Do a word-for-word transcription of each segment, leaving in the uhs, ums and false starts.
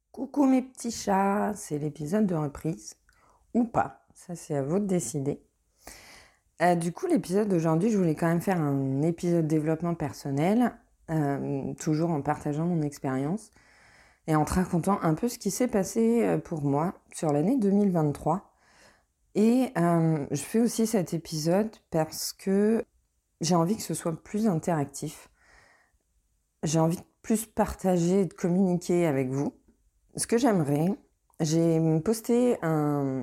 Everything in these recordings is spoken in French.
Coucou mes petits chats, c'est l'épisode de reprise, ou pas, ça c'est à vous de décider. Euh, du coup, l'épisode d'aujourd'hui, je voulais quand même faire un épisode développement personnel, euh, toujours en partageant mon expérience et en te racontant un peu ce qui s'est passé pour moi sur l'année deux mille vingt-trois. Et euh, je fais aussi cet épisode parce que j'ai envie que ce soit plus interactif. J'ai envie de plus partager et de communiquer avec vous. Ce que j'aimerais, j'ai posté un,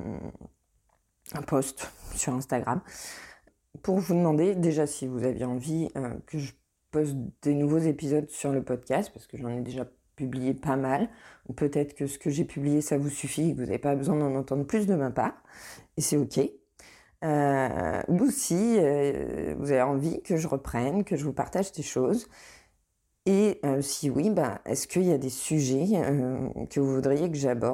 un post sur Instagram pour vous demander déjà si vous aviez envie euh, que je poste des nouveaux épisodes sur le podcast, parce que j'en ai déjà publié pas mal. Peut-être que ce que j'ai publié, ça vous suffit, que vous n'avez pas besoin d'en entendre plus de ma part, et c'est ok. Euh, ou si euh, vous avez envie que je reprenne, que je vous partage des choses. Et euh, si oui, bah, est-ce qu'il y a des sujets euh, que vous voudriez que j'aborde ?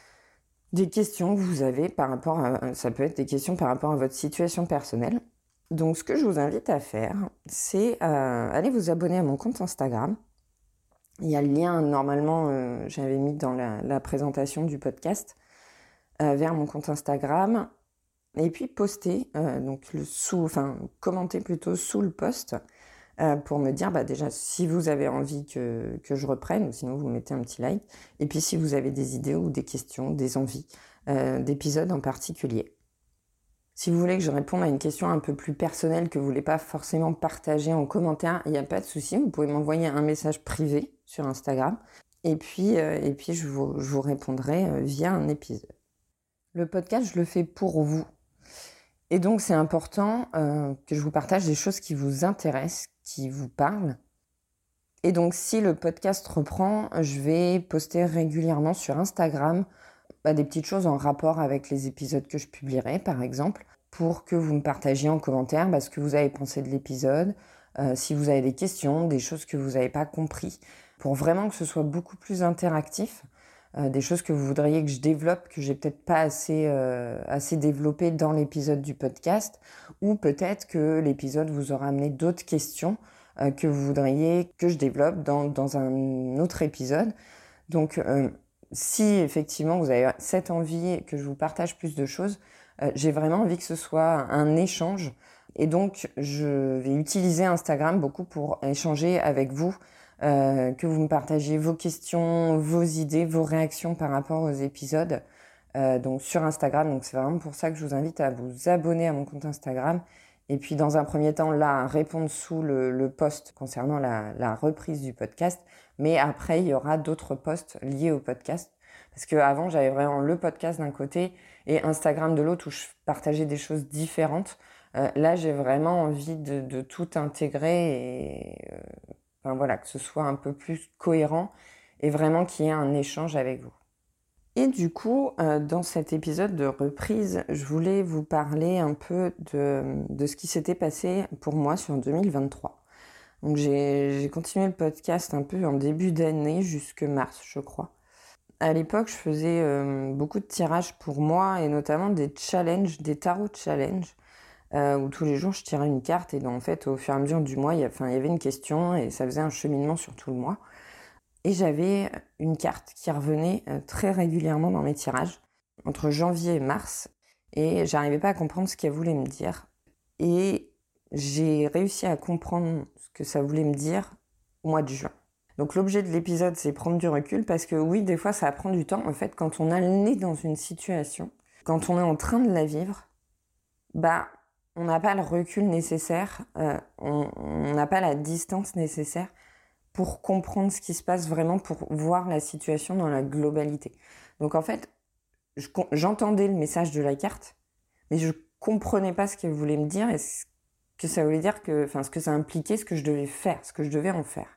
Des questions que vous avez par rapport à... Ça peut être des questions par rapport à votre situation personnelle. Donc ce que je vous invite à faire, c'est euh, aller vous abonner à mon compte Instagram. Il y a le lien, normalement, euh, j'avais mis dans la, la présentation du podcast, euh, vers mon compte Instagram. Et puis poster, euh, donc le sous, enfin commenter plutôt sous le post, euh, pour me dire bah, déjà si vous avez envie que, que je reprenne, ou sinon vous mettez un petit like, et puis si vous avez des idées ou des questions, des envies euh, d'épisodes en particulier. Si vous voulez que je réponde à une question un peu plus personnelle que vous ne voulez pas forcément partager en commentaire, il n'y a pas de souci, vous pouvez m'envoyer un message privé sur Instagram, et puis, euh, et puis je, vous, je vous répondrai euh, via un épisode. Le podcast, je le fais pour vous. Et donc, c'est important euh, que je vous partage des choses qui vous intéressent, qui vous parlent. Et donc, si le podcast reprend, je vais poster régulièrement sur Instagram bah, des petites choses en rapport avec les épisodes que je publierai, par exemple, pour que vous me partagiez en commentaire bah, ce que vous avez pensé de l'épisode, euh, si vous avez des questions, des choses que vous n'avez pas compris, pour vraiment que ce soit beaucoup plus interactif. Euh, des choses que vous voudriez que je développe, que j'ai peut-être pas assez, euh, assez développé dans l'épisode du podcast, ou peut-être que l'épisode vous aura amené d'autres questions euh, que vous voudriez que je développe dans, dans un autre épisode. Donc, euh, si effectivement vous avez cette envie que je vous partage plus de choses, euh, j'ai vraiment envie que ce soit un échange. Et donc, je vais utiliser Instagram beaucoup pour échanger avec vous, euh, que vous me partagiez vos questions, vos idées, vos réactions par rapport aux épisodes. Euh, donc sur Instagram, donc c'est vraiment pour ça que je vous invite à vous abonner à mon compte Instagram. Et puis dans un premier temps, là, répondre sous le, le post concernant la, la reprise du podcast. Mais après, il y aura d'autres posts liés au podcast. Parce qu'avant, j'avais vraiment le podcast d'un côté et Instagram de l'autre où je partageais des choses différentes. Euh, là, j'ai vraiment envie de, de tout intégrer et euh, enfin, voilà, que ce soit un peu plus cohérent et vraiment qu'il y ait un échange avec vous. Et du coup, euh, dans cet épisode de reprise, je voulais vous parler un peu de, de ce qui s'était passé pour moi sur deux mille vingt-trois. Donc j'ai, j'ai continué le podcast un peu en début d'année, jusque mars, je crois. À l'époque, je faisais euh, beaucoup de tirages pour moi et notamment des challenges, des tarot challenges, euh, où tous les jours je tirais une carte et donc, en fait, au fur et à mesure du mois, il y, a, enfin, il y avait une question et ça faisait un cheminement sur tout le mois. Et j'avais une carte qui revenait très régulièrement dans mes tirages, entre janvier et mars, et j'arrivais pas à comprendre ce qu'elle voulait me dire. Et j'ai réussi à comprendre ce que ça voulait me dire au mois de juin. Donc l'objet de l'épisode, c'est prendre du recul, parce que oui, des fois, ça prend du temps. En fait, quand on a le nez dans une situation, quand on est en train de la vivre, bah, on n'a pas le recul nécessaire, euh, on n'a pas la distance nécessaire pour comprendre ce qui se passe vraiment, pour voir la situation dans la globalité. Donc en fait, je, j'entendais le message de la carte, mais je comprenais pas ce qu'elle voulait me dire et ce que ça voulait dire, que, enfin ce que ça impliquait, ce que je devais faire, ce que je devais en faire.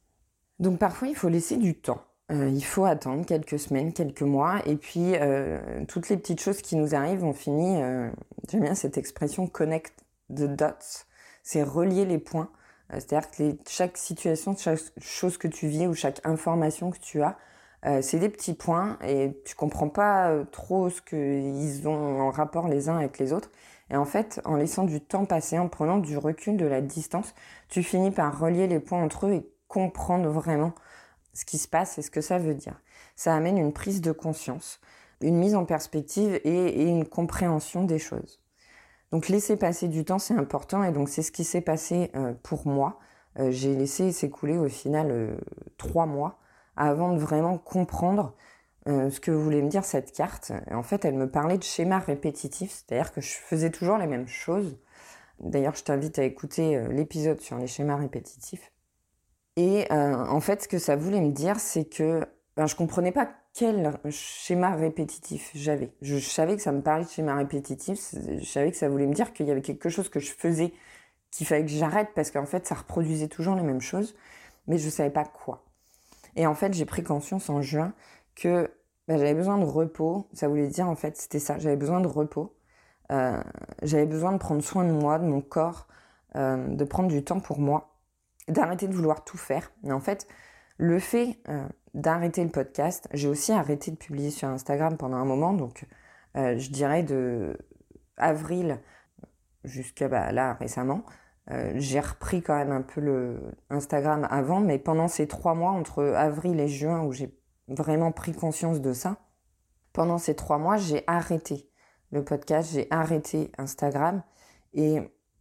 Donc parfois, il faut laisser du temps. Euh, il faut attendre quelques semaines, quelques mois, et puis euh, toutes les petites choses qui nous arrivent, on finit, euh, j'aime bien cette expression connect the dots, c'est relier les points. C'est-à-dire que les, chaque situation, chaque chose que tu vis ou chaque information que tu as, euh, c'est des petits points et tu comprends pas euh, trop ce qu'ils ont en rapport les uns avec les autres. Et en fait, en laissant du temps passer, en prenant du recul, de la distance, tu finis par relier les points entre eux et comprendre vraiment ce qui se passe et ce que ça veut dire. Ça amène une prise de conscience, une mise en perspective et, et une compréhension des choses. Donc laisser passer du temps, c'est important, et donc c'est ce qui s'est passé euh, pour moi. Euh, j'ai laissé s'écouler au final euh, trois mois avant de vraiment comprendre euh, ce que voulait me dire cette carte. En fait, elle me parlait de schémas répétitifs, c'est-à-dire que je faisais toujours les mêmes choses. D'ailleurs, je t'invite à écouter euh, l'épisode sur les schémas répétitifs. Et euh, en fait, ce que ça voulait me dire, c'est que ben, je comprenais pas quel schéma répétitif j'avais. Je, je savais que ça me parlait de schéma répétitif, je savais que ça voulait me dire qu'il y avait quelque chose que je faisais qu'il fallait que j'arrête parce qu'en fait, ça reproduisait toujours les mêmes choses, mais je savais pas quoi. Et en fait, j'ai pris conscience en juin que ben, j'avais besoin de repos. Ça voulait dire, en fait, c'était ça, j'avais besoin de repos. Euh, j'avais besoin de prendre soin de moi, de mon corps, euh, de prendre du temps pour moi, d'arrêter de vouloir tout faire. Et en fait, le fait euh, d'arrêter le podcast, j'ai aussi arrêté de publier sur Instagram pendant un moment, donc euh, je dirais de avril jusqu'à bah, là récemment, euh, j'ai repris quand même un peu le Instagram avant, mais pendant ces trois mois, entre avril et juin, où j'ai vraiment pris conscience de ça, pendant ces trois mois, j'ai arrêté le podcast, j'ai arrêté Instagram, et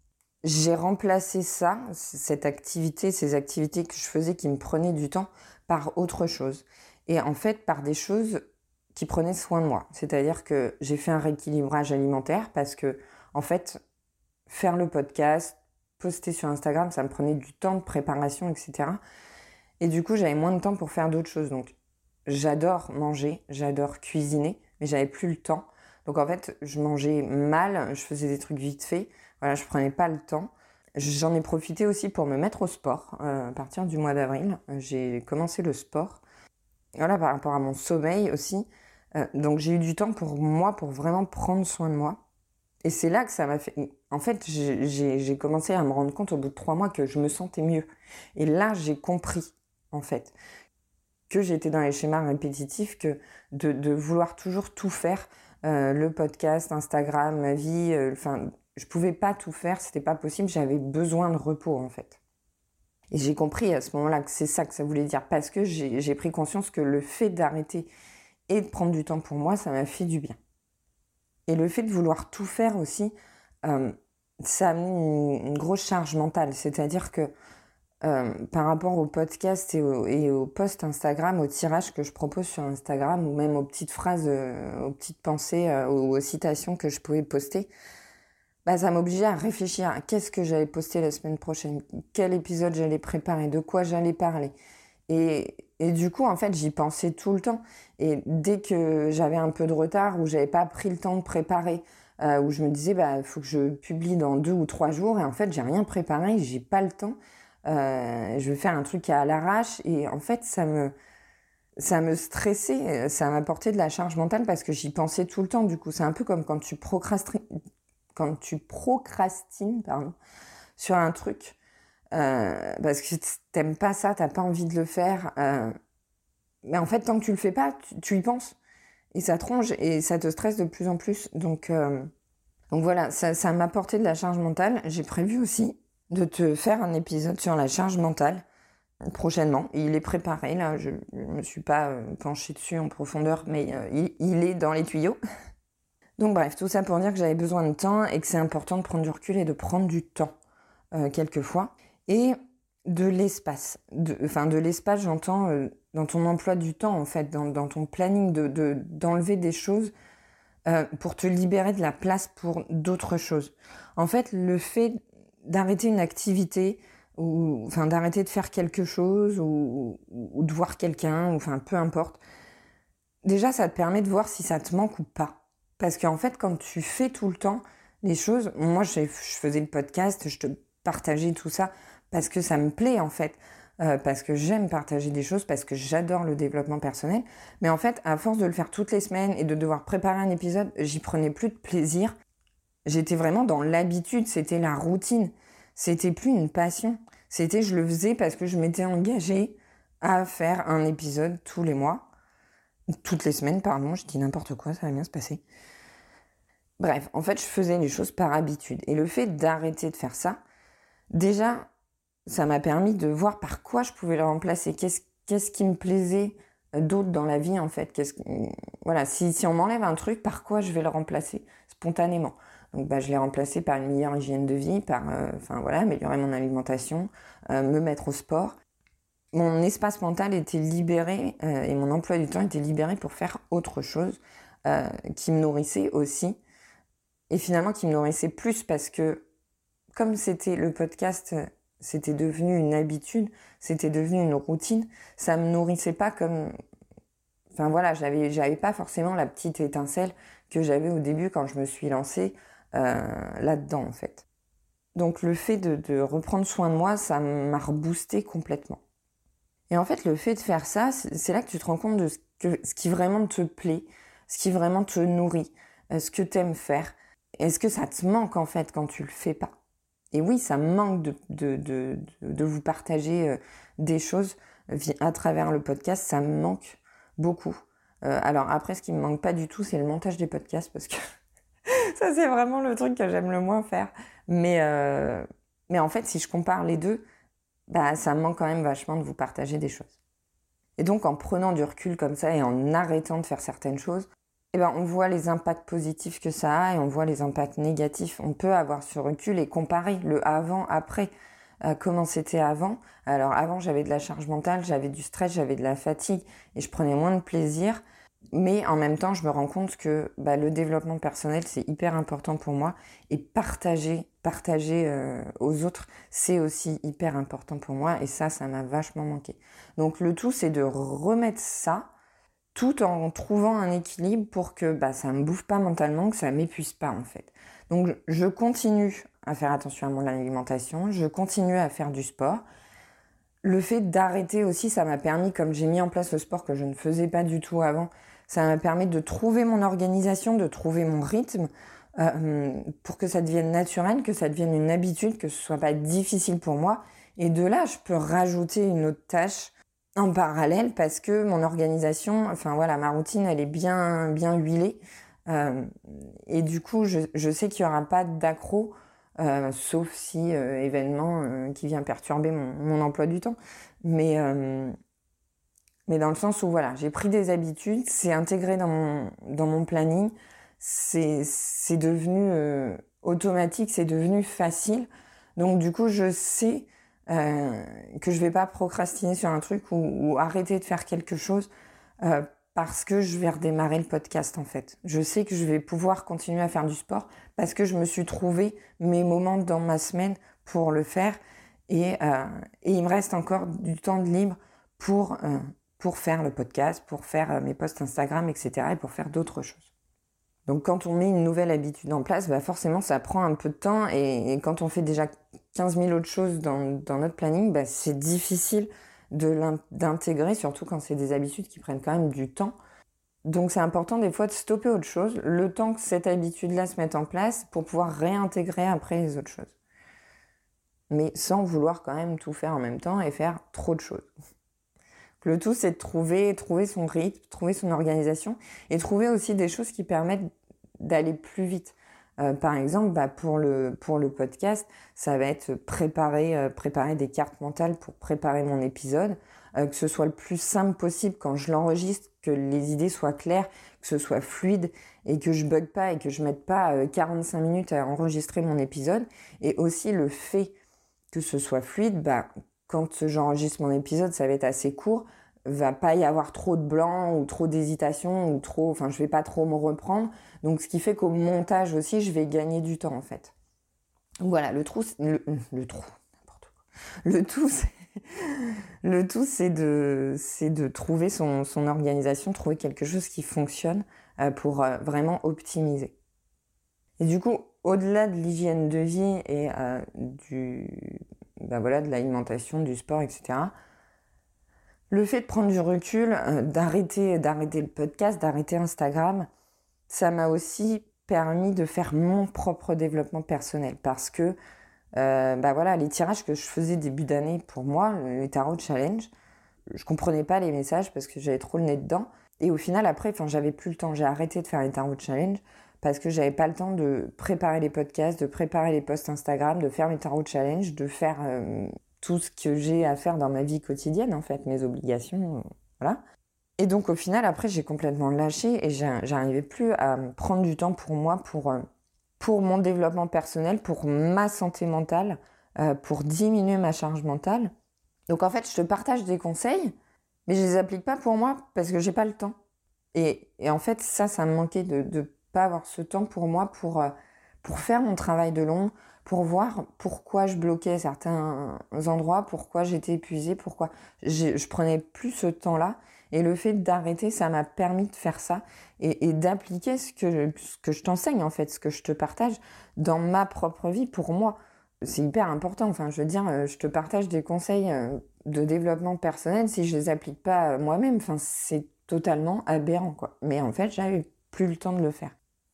j'ai remplacé ça, cette activité, ces activités que je faisais qui me prenaient du temps, par autre chose. Et en fait, par des choses qui prenaient soin de moi. C'est-à-dire que j'ai fait un rééquilibrage alimentaire parce que, en fait, faire le podcast, poster sur Instagram, ça me prenait du temps de préparation, et cetera. Et du coup, j'avais moins de temps pour faire d'autres choses. Donc, j'adore manger, j'adore cuisiner, mais j'avais plus le temps. Donc en fait, je mangeais mal, je faisais des trucs vite fait. Voilà, je prenais pas le temps. J'en ai profité aussi pour me mettre au sport. Euh, à partir du mois d'avril, j'ai commencé le sport. Voilà, par rapport à mon sommeil aussi. Euh, donc j'ai eu du temps pour moi, pour vraiment prendre soin de moi. Et c'est là que ça m'a fait... En fait, j'ai, j'ai, j'ai commencé à me rendre compte au bout de trois mois que je me sentais mieux. Et là, j'ai compris, en fait, que j'étais dans les schémas répétitifs, que de, de vouloir toujours tout faire, euh, le podcast, Instagram, ma vie, euh, enfin, je pouvais pas tout faire, c'était pas possible, j'avais besoin de repos en fait. Et j'ai compris à ce moment-là que c'est ça que ça voulait dire, parce que j'ai, j'ai pris conscience que le fait d'arrêter et de prendre du temps pour moi, ça m'a fait du bien. Et le fait de vouloir tout faire aussi, euh, ça a mis une, une grosse charge mentale, c'est-à-dire que Euh, par rapport au podcast et au, et au post Instagram, au tirage que je propose sur Instagram, ou même aux petites phrases, euh, aux petites pensées, euh, aux, aux citations que je pouvais poster, bah, ça m'obligeait à réfléchir à qu'est-ce que j'allais poster la semaine prochaine, quel épisode j'allais préparer, de quoi j'allais parler. Et, et du coup, en fait, j'y pensais tout le temps. Et dès que j'avais un peu de retard, ou j'avais pas pris le temps de préparer, euh, où je me disais, bah, faut que je publie dans deux ou trois jours, et en fait, j'ai rien préparé, j'ai pas le temps. Euh, je vais faire un truc à l'arrache, et en fait ça me ça me stressait, ça m'apportait de la charge mentale parce que j'y pensais tout le temps. Du coup, c'est un peu comme quand tu procrastines quand tu procrastines pardon sur un truc euh, parce que t'aimes pas ça, t'as pas envie de le faire, euh, mais en fait tant que tu le fais pas, tu, tu y penses et ça te ronge et ça te stresse de plus en plus. Donc euh, donc voilà, ça ça m'apportait de la charge mentale. J'ai prévu aussi de te faire un épisode sur la charge mentale prochainement. Il est préparé, là, je ne me suis pas euh, penchée dessus en profondeur, mais euh, il, il est dans les tuyaux. Donc bref, tout ça pour dire que j'avais besoin de temps et que c'est important de prendre du recul et de prendre du temps, euh, quelquefois. Et de l'espace. De, enfin, de l'espace, j'entends, euh, dans ton emploi du temps, en fait, dans, dans ton planning, de, de, d'enlever des choses euh, pour te libérer de la place pour d'autres choses. En fait, le fait d'arrêter une activité ou enfin d'arrêter de faire quelque chose ou, ou de voir quelqu'un ou enfin peu importe, déjà ça te permet de voir si ça te manque ou pas, parce qu'en fait quand tu fais tout le temps les choses, moi je faisais le podcast, je te partageais tout ça parce que ça me plaît en fait, euh, parce que j'aime partager des choses, parce que j'adore le développement personnel, mais en fait à force de le faire toutes les semaines et de devoir préparer un épisode, j'y prenais plus de plaisir. J'étais vraiment dans l'habitude, c'était la routine. C'était plus une passion. C'était, je le faisais parce que je m'étais engagée à faire un épisode tous les mois. Toutes les semaines, pardon, je dis n'importe quoi, ça va bien se passer. Bref, en fait, je faisais les choses par habitude. Et le fait d'arrêter de faire ça, déjà, ça m'a permis de voir par quoi je pouvais le remplacer. Qu'est-ce, qu'est-ce qui me plaisait d'autre dans la vie en fait. Qu'est-ce que, voilà, si, si on m'enlève un truc, par quoi je vais le remplacer spontanément. Donc bah, je l'ai remplacé par une meilleure hygiène de vie, par euh, enfin voilà, améliorer mon alimentation, euh, me mettre au sport. Mon espace mental était libéré euh, et mon emploi du temps était libéré pour faire autre chose euh, qui me nourrissait aussi. Et finalement qui me nourrissait plus parce que comme c'était le podcast, c'était devenu une habitude, c'était devenu une routine, ça me nourrissait pas comme... Enfin voilà, j'avais, j'avais pas forcément la petite étincelle que j'avais au début quand je me suis lancée euh, là-dedans en fait. Donc le fait de, de reprendre soin de moi, ça m'a reboosté complètement. Et en fait, le fait de faire ça, c'est là que tu te rends compte de ce, que, ce qui vraiment te plaît, ce qui vraiment te nourrit, ce que tu aimes faire. Est-ce que ça te manque en fait quand tu le fais pas? Et oui, ça me manque de, de, de, de vous partager euh, des choses à travers le podcast, ça me manque beaucoup. Euh, alors après, ce qui me manque pas du tout, c'est le montage des podcasts, parce que ça, c'est vraiment le truc que j'aime le moins faire. Mais, euh, mais en fait, si je compare les deux, bah, ça me manque quand même vachement de vous partager des choses. Et donc, en prenant du recul comme ça et en arrêtant de faire certaines choses, eh ben, on voit les impacts positifs que ça a et on voit les impacts négatifs. On peut avoir ce recul et comparer le avant-après. Euh, comment c'était avant. Alors avant, j'avais de la charge mentale, j'avais du stress, j'avais de la fatigue et je prenais moins de plaisir. Mais en même temps, je me rends compte que bah, le développement personnel, c'est hyper important pour moi. Et partager, partager euh, aux autres, c'est aussi hyper important pour moi. Et ça, ça m'a vachement manqué. Donc le tout, c'est de remettre ça, tout en trouvant un équilibre pour que bah, ça ne me bouffe pas mentalement, que ça ne m'épuise pas en fait. Donc je continue à faire attention à mon alimentation, je continue à faire du sport. Le fait d'arrêter aussi, ça m'a permis, comme j'ai mis en place le sport que je ne faisais pas du tout avant, ça m'a permis de trouver mon organisation, de trouver mon rythme, euh, pour que ça devienne naturel, que ça devienne une habitude, que ce soit pas difficile pour moi. Et de là, je peux rajouter une autre tâche en parallèle parce que mon organisation, enfin voilà, ma routine, elle est bien, bien huilée. Euh, et du coup, je, je sais qu'il n'y aura pas d'accro, euh, sauf si euh, événement euh, qui vient perturber mon, mon emploi du temps. Mais, euh, mais dans le sens où voilà, j'ai pris des habitudes, c'est intégré dans mon, dans mon planning, c'est, c'est devenu euh, automatique, c'est devenu facile. Donc du coup, je sais euh, que je vais pas procrastiner sur un truc ou, ou arrêter de faire quelque chose euh, parce que je vais redémarrer le podcast en fait. Je sais que je vais pouvoir continuer à faire du sport parce que je me suis trouvé mes moments dans ma semaine pour le faire et, euh, et il me reste encore du temps de libre pour, euh, pour faire le podcast, pour faire euh, mes posts Instagram, et cetera et pour faire d'autres choses. Donc quand on met une nouvelle habitude en place, bah forcément ça prend un peu de temps et, et quand on fait déjà quinze mille autres choses dans, dans notre planning, bah c'est difficile de d'intégrer, surtout quand c'est des habitudes qui prennent quand même du temps. Donc c'est important des fois de stopper autre chose, le temps que cette habitude-là se mette en place pour pouvoir réintégrer après les autres choses. Mais sans vouloir quand même tout faire en même temps et faire trop de choses. Le tout, c'est de trouver, trouver son rythme, trouver son organisation et trouver aussi des choses qui permettent d'aller plus vite. Euh, par exemple, bah, pour le pour le podcast, ça va être préparer euh, préparer des cartes mentales pour préparer mon épisode, euh, que ce soit le plus simple possible quand je l'enregistre, que les idées soient claires, que ce soit fluide et que je bug pas et que je mette pas euh, quarante-cinq minutes à enregistrer mon épisode. Et aussi le fait que ce soit fluide, bah quand j'enregistre mon épisode, ça va être assez court, va pas y avoir trop de blanc ou trop d'hésitation ou trop, enfin je vais pas trop me reprendre. Donc ce qui fait qu'au montage aussi, je vais gagner du temps en fait. Donc voilà, le trou, le, le trou, n'importe quoi. Le tout, c'est, le tout, c'est de, c'est de trouver son, son organisation, trouver quelque chose qui fonctionne euh, pour euh, vraiment optimiser. Et du coup, au-delà de l'hygiène de vie et euh, du, ben voilà, de l'alimentation, du sport, et cetera. Le fait de prendre du recul, euh, d'arrêter, d'arrêter le podcast, d'arrêter Instagram, ça m'a aussi permis de faire mon propre développement personnel parce que euh, bah voilà, les tirages que je faisais début d'année pour moi, les tarot challenge, je comprenais pas les messages parce que j'avais trop le nez dedans. Et au final, après, enfin, j'avais plus le temps. J'ai arrêté de faire les tarot challenge parce que j'avais pas le temps de préparer les podcasts, de préparer les posts Instagram, de faire mes tarot challenge, de faire euh, tout ce que j'ai à faire dans ma vie quotidienne, en fait, mes obligations, euh, voilà. Et donc, au final, après, j'ai complètement lâché et j'ai- j'arrivais plus à me prendre du temps pour moi, pour, euh, pour mon développement personnel, pour ma santé mentale, euh, pour diminuer ma charge mentale. Donc, en fait, je te partage des conseils, mais je les applique pas pour moi parce que j'ai pas le temps. Et, et en fait, ça, ça me manquait de ne pas avoir ce temps pour moi, pour, euh, pour faire mon travail de long, pour voir pourquoi je bloquais certains endroits, pourquoi j'étais épuisée, pourquoi je, je prenais plus ce temps-là. Et le fait d'arrêter, ça m'a permis de faire ça et, et d'appliquer ce que, je, ce que je t'enseigne, en fait, ce que je te partage dans ma propre vie pour moi. C'est hyper important. Enfin, je veux dire, euh, je te partage des conseils euh, de développement personnel si je les applique pas euh, moi-même. Enfin, c'est totalement aberrant, quoi. Mais en fait, j'avais plus le temps de le faire.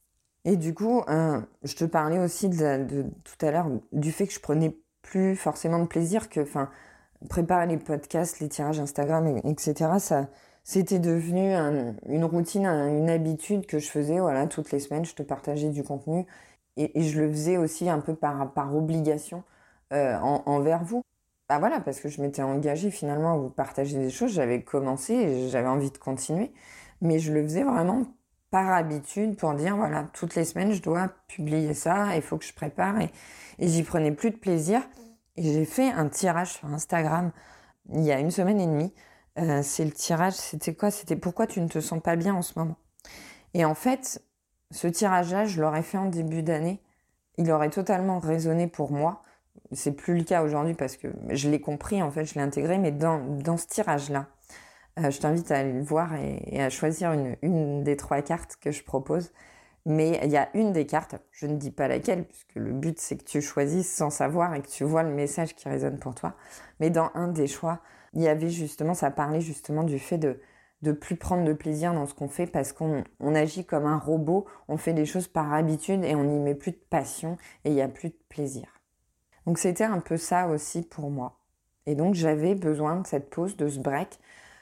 Et du coup, euh, je te parlais aussi de, de tout à l'heure du fait que je prenais plus forcément de plaisir, que, enfin, préparer les podcasts, les tirages Instagram, et cetera. Ça, c'était devenu un- une routine, un- une habitude que je faisais, voilà, toutes les semaines, je te partageais du contenu et, et je le faisais aussi un peu par, par obligation euh, en- envers vous. Bah voilà, parce que je m'étais engagée finalement à vous partager des choses, j'avais commencé et j'avais envie de continuer, mais je le faisais vraiment par habitude pour dire, voilà, toutes les semaines, je dois publier ça, il faut que je prépare et, et j'y prenais plus de plaisir. Et j'ai fait un tirage sur Instagram il y a une semaine et demie. Euh, c'est le tirage, c'était quoi? C'était pourquoi tu ne te sens pas bien en ce moment? Et en fait, ce tirage-là, je l'aurais fait en début d'année. Il aurait totalement résonné pour moi. C'est plus le cas aujourd'hui parce que je l'ai compris, en fait, je l'ai intégré. Mais dans, dans ce tirage-là, euh, je t'invite à aller le voir et, et à choisir une, une des trois cartes que je propose. Mais il y a une des cartes, je ne dis pas laquelle, puisque le but c'est que tu choisisses sans savoir et que tu vois le message qui résonne pour toi. Mais dans un des choix, il y avait justement, ça parlait justement du fait de de plus prendre de plaisir dans ce qu'on fait parce qu'on on agit comme un robot, on fait des choses par habitude et on n'y met plus de passion et il n'y a plus de plaisir. Donc c'était un peu ça aussi pour moi. Et donc j'avais besoin de cette pause, de ce break,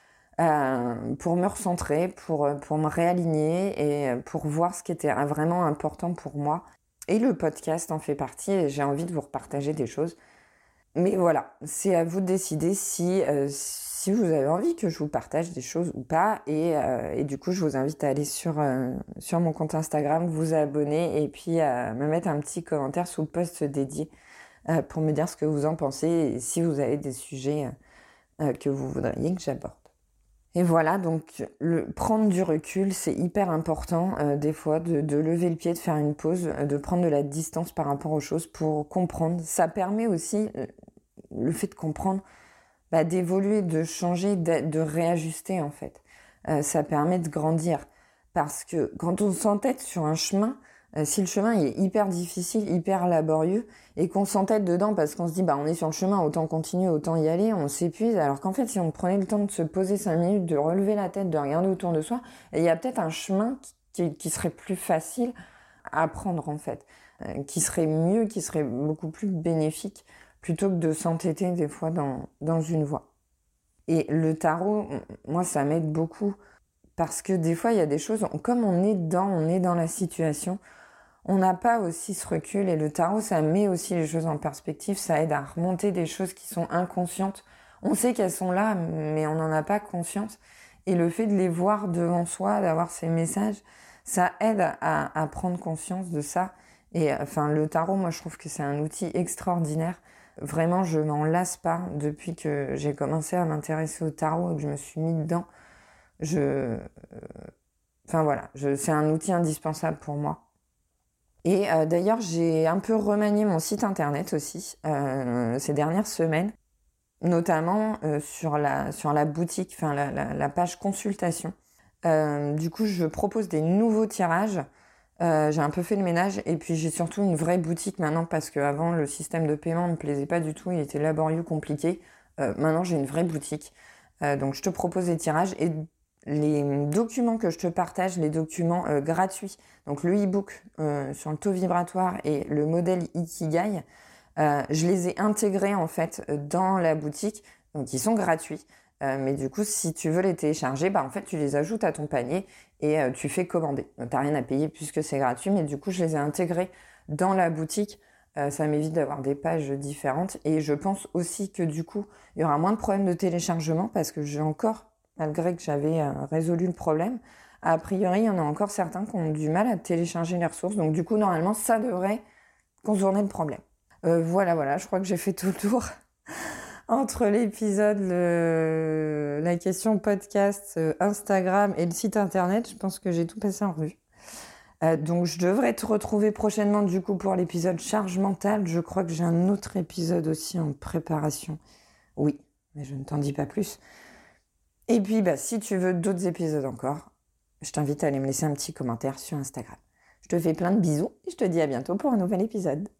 euh, pour me recentrer, pour, pour me réaligner et pour voir ce qui était vraiment important pour moi. Et le podcast en fait partie et j'ai envie de vous repartager des choses. Mais voilà, c'est à vous de décider si, euh, si vous avez envie que je vous partage des choses ou pas. Et, euh, et du coup, je vous invite à aller sur, euh, sur mon compte Instagram, vous abonner et puis à me mettre un petit commentaire sous le post dédié euh, pour me dire ce que vous en pensez et si vous avez des sujets euh, que vous voudriez que j'aborde. Et voilà, donc le, prendre du recul, c'est hyper important euh, des fois de, de lever le pied, de faire une pause, euh, de prendre de la distance par rapport aux choses pour comprendre. Ça permet aussi, euh, le fait de comprendre, bah, d'évoluer, de changer, de, de réajuster en fait. Euh, ça permet de grandir. Parce que quand on s'entête sur un chemin, euh, si le chemin est hyper difficile, hyper laborieux, et qu'on s'entête dedans parce qu'on se dit bah on est sur le chemin, autant continuer, autant y aller, on s'épuise. Alors qu'en fait, si on prenait le temps de se poser cinq minutes, de relever la tête, de regarder autour de soi, il y a peut-être un chemin qui, qui serait plus facile à prendre en fait, euh, qui serait mieux, qui serait beaucoup plus bénéfique, plutôt que de s'entêter des fois dans, dans une voie. Et le tarot, moi ça m'aide beaucoup. Parce que des fois, il y a des choses, comme on est dedans, on est dans la situation, on n'a pas aussi ce recul. Et le tarot, ça met aussi les choses en perspective, ça aide à remonter des choses qui sont inconscientes. On sait qu'elles sont là, mais on n'en a pas conscience. Et le fait de les voir devant soi, d'avoir ces messages, ça aide à, à prendre conscience de ça. Et enfin, le tarot, moi, je trouve que c'est un outil extraordinaire. Vraiment, je m'en lasse pas depuis que j'ai commencé à m'intéresser au tarot et que je me suis mis dedans. Je, euh, enfin voilà, je, c'est un outil indispensable pour moi. Et euh, d'ailleurs, j'ai un peu remanié mon site internet aussi euh, ces dernières semaines, notamment euh, sur la sur la boutique, enfin la, la, la page consultation. Euh, du coup, je propose des nouveaux tirages. Euh, j'ai un peu fait le ménage et puis j'ai surtout une vraie boutique maintenant parce qu'avant le système de paiement ne me plaisait pas du tout, il était laborieux, compliqué. Euh, maintenant, j'ai une vraie boutique. Euh, donc, je te propose des tirages et les documents que je te partage, les documents euh, gratuits, donc le e-book euh, sur le taux vibratoire et le modèle Ikigai, euh, je les ai intégrés en fait dans la boutique, donc ils sont gratuits. Euh, mais du coup, si tu veux les télécharger, bah en fait tu les ajoutes à ton panier et euh, tu fais commander. Donc t'as rien à payer puisque c'est gratuit, mais du coup je les ai intégrés dans la boutique Euh, ça m'évite d'avoir des pages différentes. Et je pense aussi que du coup, il y aura moins de problèmes de téléchargement parce que j'ai encore, malgré que j'avais euh, résolu le problème, a priori, il y en a encore certains qui ont du mal à télécharger les ressources. Donc du coup, normalement, ça devrait contourner le problème. Euh, voilà, voilà, je crois que j'ai fait tout le tour. Entre l'épisode, le... la question podcast, euh, Instagram et le site internet, je pense que j'ai tout passé en revue. Euh, donc je devrais te retrouver prochainement du coup pour l'épisode charge mentale. Je crois que j'ai un autre épisode aussi en préparation. Oui, mais je ne t'en dis pas plus. Et puis bah, si tu veux d'autres épisodes encore, je t'invite à aller me laisser un petit commentaire sur Instagram. Je te fais plein de bisous et je te dis à bientôt pour un nouvel épisode.